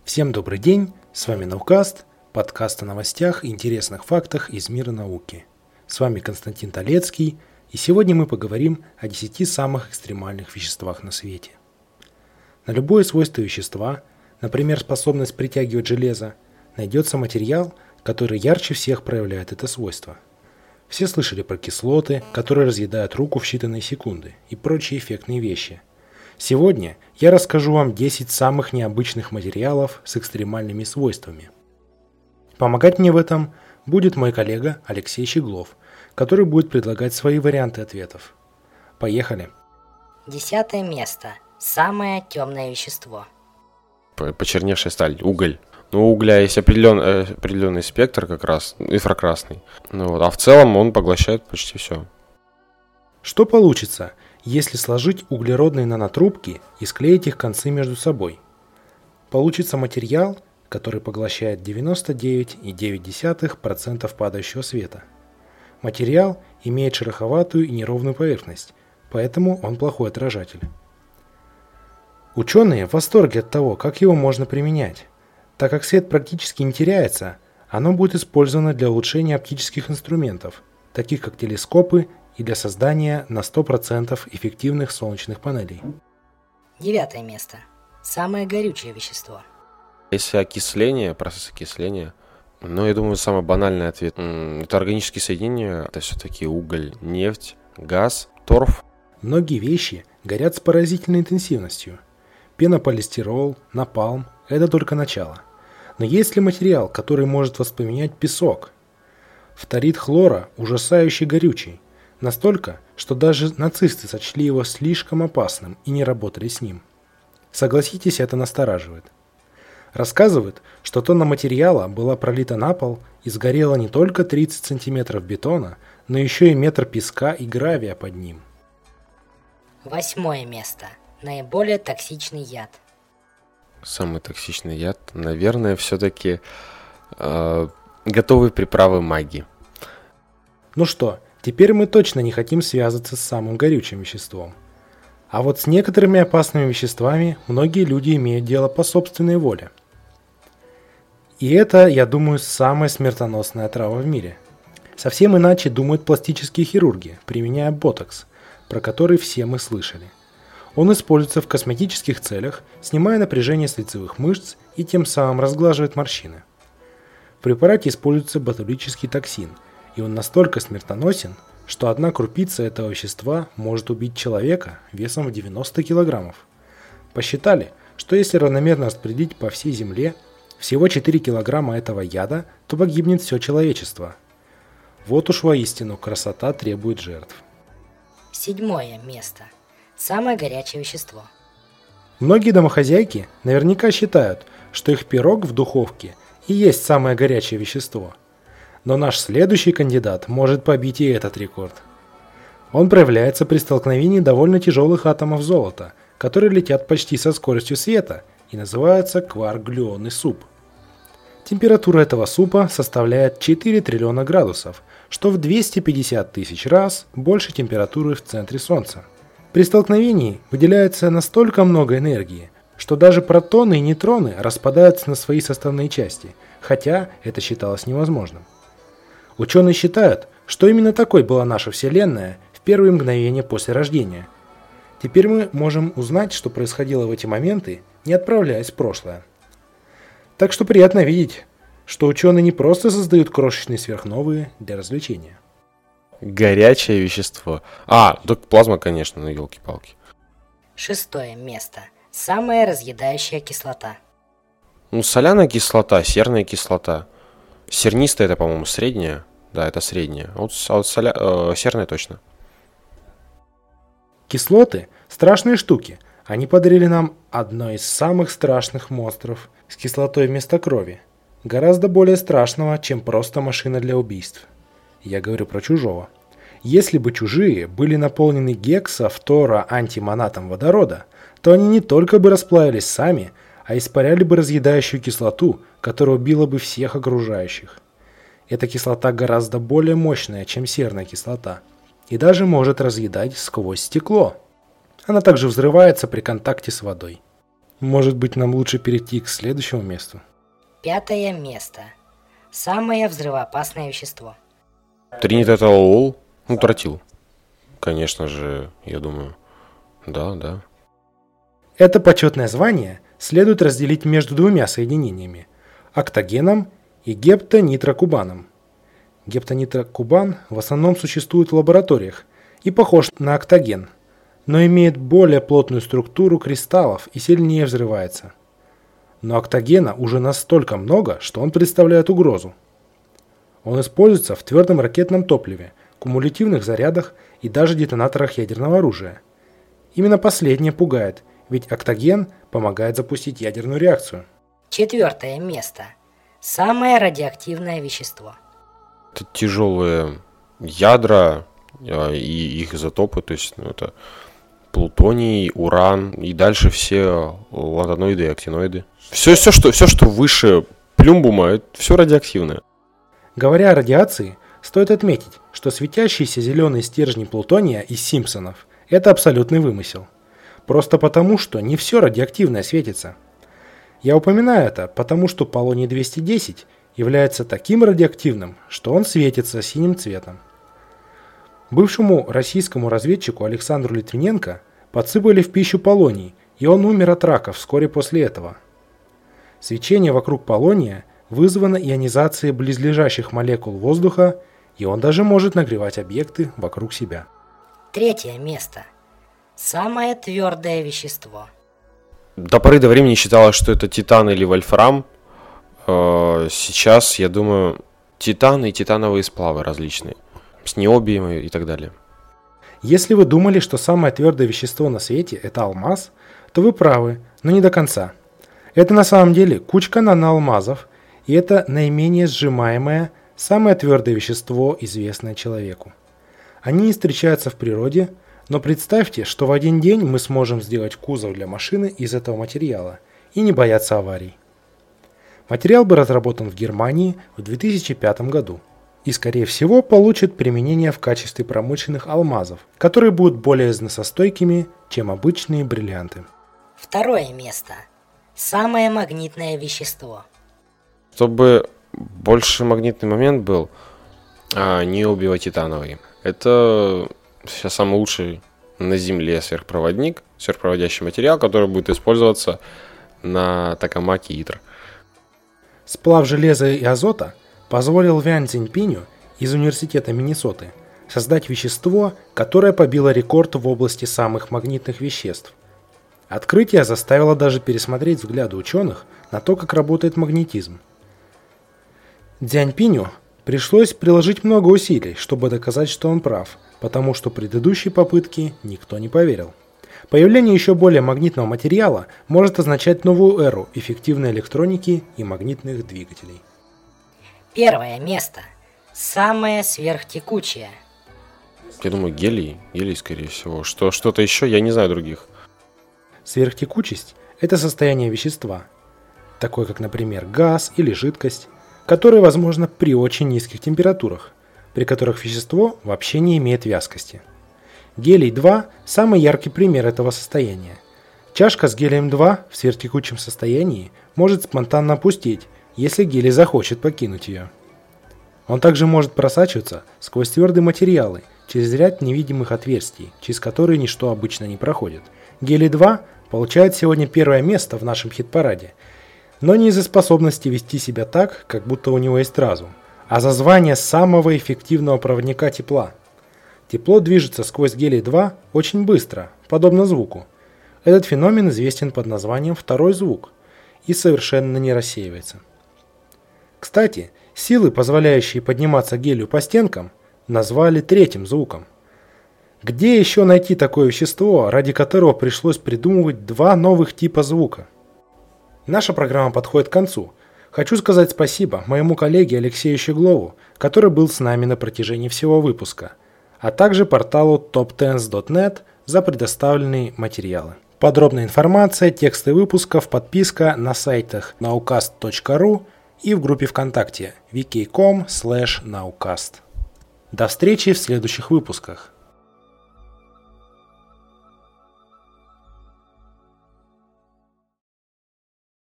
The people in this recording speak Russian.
Всем добрый день, с вами Наукаст, подкаст о новостях и интересных фактах из мира науки. С вами Константин Толецкий, и сегодня мы поговорим о 10 самых экстремальных веществах на свете. На любое свойство вещества, например, способность притягивать железо, найдется материал, который ярче всех проявляет это свойство. Все слышали про кислоты, которые разъедают руку в считанные секунды, и прочие эффектные вещи. Сегодня я расскажу вам 10 самых необычных материалов с экстремальными свойствами. Помогать мне в этом будет мой коллега Алексей Щеглов, который будет предлагать свои варианты ответов. Поехали! 10 место. Самое темное вещество. Почерневшая сталь, уголь. У угля есть определенный спектр как раз, инфракрасный. А в целом он поглощает почти все. Что получится, если сложить углеродные нанотрубки и склеить их концы между собой? Получится материал, который поглощает 99,9% падающего света. Материал имеет шероховатую и неровную поверхность, поэтому он плохой отражатель. Ученые в восторге от того, как его можно применять. Так как свет практически не теряется, оно будет использовано для улучшения оптических инструментов, таких как телескопы, и для создания на 100% эффективных солнечных панелей. 9 место. Самое горючее вещество. Если окисление, процесс окисления, я думаю, самый банальный ответ – это органические соединения, это все-таки уголь, нефть, газ, торф. Многие вещи горят с поразительной интенсивностью. Пенополистирол, напалм – это только начало. Но есть ли материал, который может воспламенять песок? Фторид хлора ужасающе горючий. Настолько, что даже нацисты сочли его слишком опасным и не работали с ним. Согласитесь, это настораживает. Рассказывают, что тонна материала была пролита на пол и сгорело не только 30 сантиметров бетона, но еще и метр песка и гравия под ним. 8 место. Наиболее токсичный яд. Самый токсичный яд, наверное, все-таки готовые приправы магии. Ну что, теперь мы точно не хотим связываться с самым горючим веществом. А вот с некоторыми опасными веществами многие люди имеют дело по собственной воле. И это, я думаю, самая смертоносная отрава в мире. Совсем иначе думают пластические хирурги, применяя ботокс, про который все мы слышали. Он используется в косметических целях, снимая напряжение с лицевых мышц и тем самым разглаживает морщины. В препарате используется ботулический токсин, и он настолько смертоносен, что одна крупица этого вещества может убить человека весом в 90 килограммов. Посчитали, что если равномерно распределить по всей Земле всего 4 килограмма этого яда, то погибнет все человечество. Вот уж воистину красота требует жертв. 7 место. Самое горячее вещество. Многие домохозяйки наверняка считают, что их пирог в духовке и есть самое горячее вещество. Но наш следующий кандидат может побить и этот рекорд. Он проявляется при столкновении довольно тяжелых атомов золота, которые летят почти со скоростью света и называются кварк-глюонный суп. Температура этого супа составляет 4 триллиона градусов, что в 250 тысяч раз больше температуры в центре Солнца. При столкновении выделяется настолько много энергии, что даже протоны и нейтроны распадаются на свои составные части, хотя это считалось невозможным. Ученые считают, что именно такой была наша Вселенная в первые мгновения после рождения. Теперь мы можем узнать, что происходило в эти моменты, не отправляясь в прошлое. Так что приятно видеть, что ученые не просто создают крошечные сверхновые для развлечения. Горячее вещество. Так плазма, конечно, елки-палки. 6 место. Самая разъедающая кислота. Соляная кислота, серная кислота. Сернистая это, по-моему, средняя. Да, это средняя. Серная точно. Кислоты – страшные штуки. Они подарили нам одно из самых страшных монстров с кислотой вместо крови. Гораздо более страшного, чем просто машина для убийств. Я говорю про чужого. Если бы чужие были наполнены гексафтороантимонатом водорода, то они не только бы расплавились сами, а испаряли бы разъедающую кислоту, которая убила бы всех окружающих. Эта кислота гораздо более мощная, чем серная кислота, и даже может разъедать сквозь стекло. Она также взрывается при контакте с водой. Может быть, нам лучше перейти к следующему месту? 5 место. Самое взрывоопасное вещество. Тринитеталол, тротил. Конечно же, я думаю. Да. Это почетное звание следует разделить между двумя соединениями – октагеном и гептонитрокубаном. Гептонитрокубан в основном существует в лабораториях и похож на октаген, но имеет более плотную структуру кристаллов и сильнее взрывается. Но октагена уже настолько много, что он представляет угрозу. Он используется в твердом ракетном топливе, кумулятивных зарядах и даже детонаторах ядерного оружия. Именно последнее пугает, ведь октаген помогает запустить ядерную реакцию. 4 место. Самое радиоактивное вещество. Это тяжелые ядра и их изотопы, то есть это плутоний, уран и дальше все лантаноиды и актиноиды. Все, что выше плюмбума, это все радиоактивное. Говоря о радиации, стоит отметить, что светящиеся зеленые стержни плутония из Симпсонов – это абсолютный вымысел. Просто потому, что не все радиоактивное светится. Я упоминаю это, потому что полоний-210 является таким радиоактивным, что он светится синим цветом. Бывшему российскому разведчику Александру Литвиненко подсыпали в пищу полоний, и он умер от рака вскоре после этого. Свечение вокруг полония вызвано ионизацией близлежащих молекул воздуха, и он даже может нагревать объекты вокруг себя. 3 место. Самое твердое вещество. До поры до времени считалось, что это титан или вольфрам. Сейчас, я думаю, титан и титановые сплавы различные. С необием и так далее. Если вы думали, что самое твердое вещество на свете – это алмаз, то вы правы, но не до конца. Это на самом деле кучка наноалмазов, и это наименее сжимаемое, самое твердое вещество, известное человеку. Они не встречаются в природе, но представьте, что в один день мы сможем сделать кузов для машины из этого материала и не бояться аварий. Материал был разработан в Германии в 2005 году и, скорее всего, получит применение в качестве промышленных алмазов, которые будут более износостойкими, чем обычные бриллианты. 2 место. Самое магнитное вещество. Чтобы больше магнитный момент был, необио-титановый. Это сейчас самый лучший на Земле сверхпроводник, сверхпроводящий материал, который будет использоваться на токамаке ИТР. Сплав железа и азота позволил Вян Цзиньпиню из Университета Миннесоты создать вещество, которое побило рекорд в области самых магнитных веществ. Открытие заставило даже пересмотреть взгляды ученых на то, как работает магнетизм. Цзяньпиню пришлось приложить много усилий, чтобы доказать, что он прав, потому что предыдущие попытки никто не поверил. Появление еще более магнитного материала может означать новую эру эффективной электроники и магнитных двигателей. 1 место. Самое сверхтекучее. Я думаю, гелий, скорее всего. Что-то еще, я не знаю других. Сверхтекучесть – это состояние вещества, такое как, например, газ или жидкость, которое возможно при очень низких температурах, при которых вещество вообще не имеет вязкости. Гелий-2 – самый яркий пример этого состояния. Чашка с гелием-2 в сверхтекучем состоянии может спонтанно опустеть, если гелий захочет покинуть ее. Он также может просачиваться сквозь твердые материалы через ряд невидимых отверстий, через которые ничто обычно не проходит. Гелий-2 получает сегодня 1 место в нашем хит-параде, но не из-за способности вести себя так, как будто у него есть разум, а за звание самого эффективного проводника тепла. Тепло движется сквозь гелий-2 очень быстро, подобно звуку. Этот феномен известен под названием второй звук и совершенно не рассеивается. Кстати, силы, позволяющие подниматься гелию по стенкам, назвали третьим звуком. Где еще найти такое вещество, ради которого пришлось придумывать 2 новых типа звука? Наша программа подходит к концу. Хочу сказать спасибо моему коллеге Алексею Щеглову, который был с нами на протяжении всего выпуска, а также порталу toptens.net за предоставленные материалы. Подробная информация, тексты выпусков, подписка на сайтах nowcast.ru и в группе ВКонтакте vk.com/nowcast. До встречи в следующих выпусках.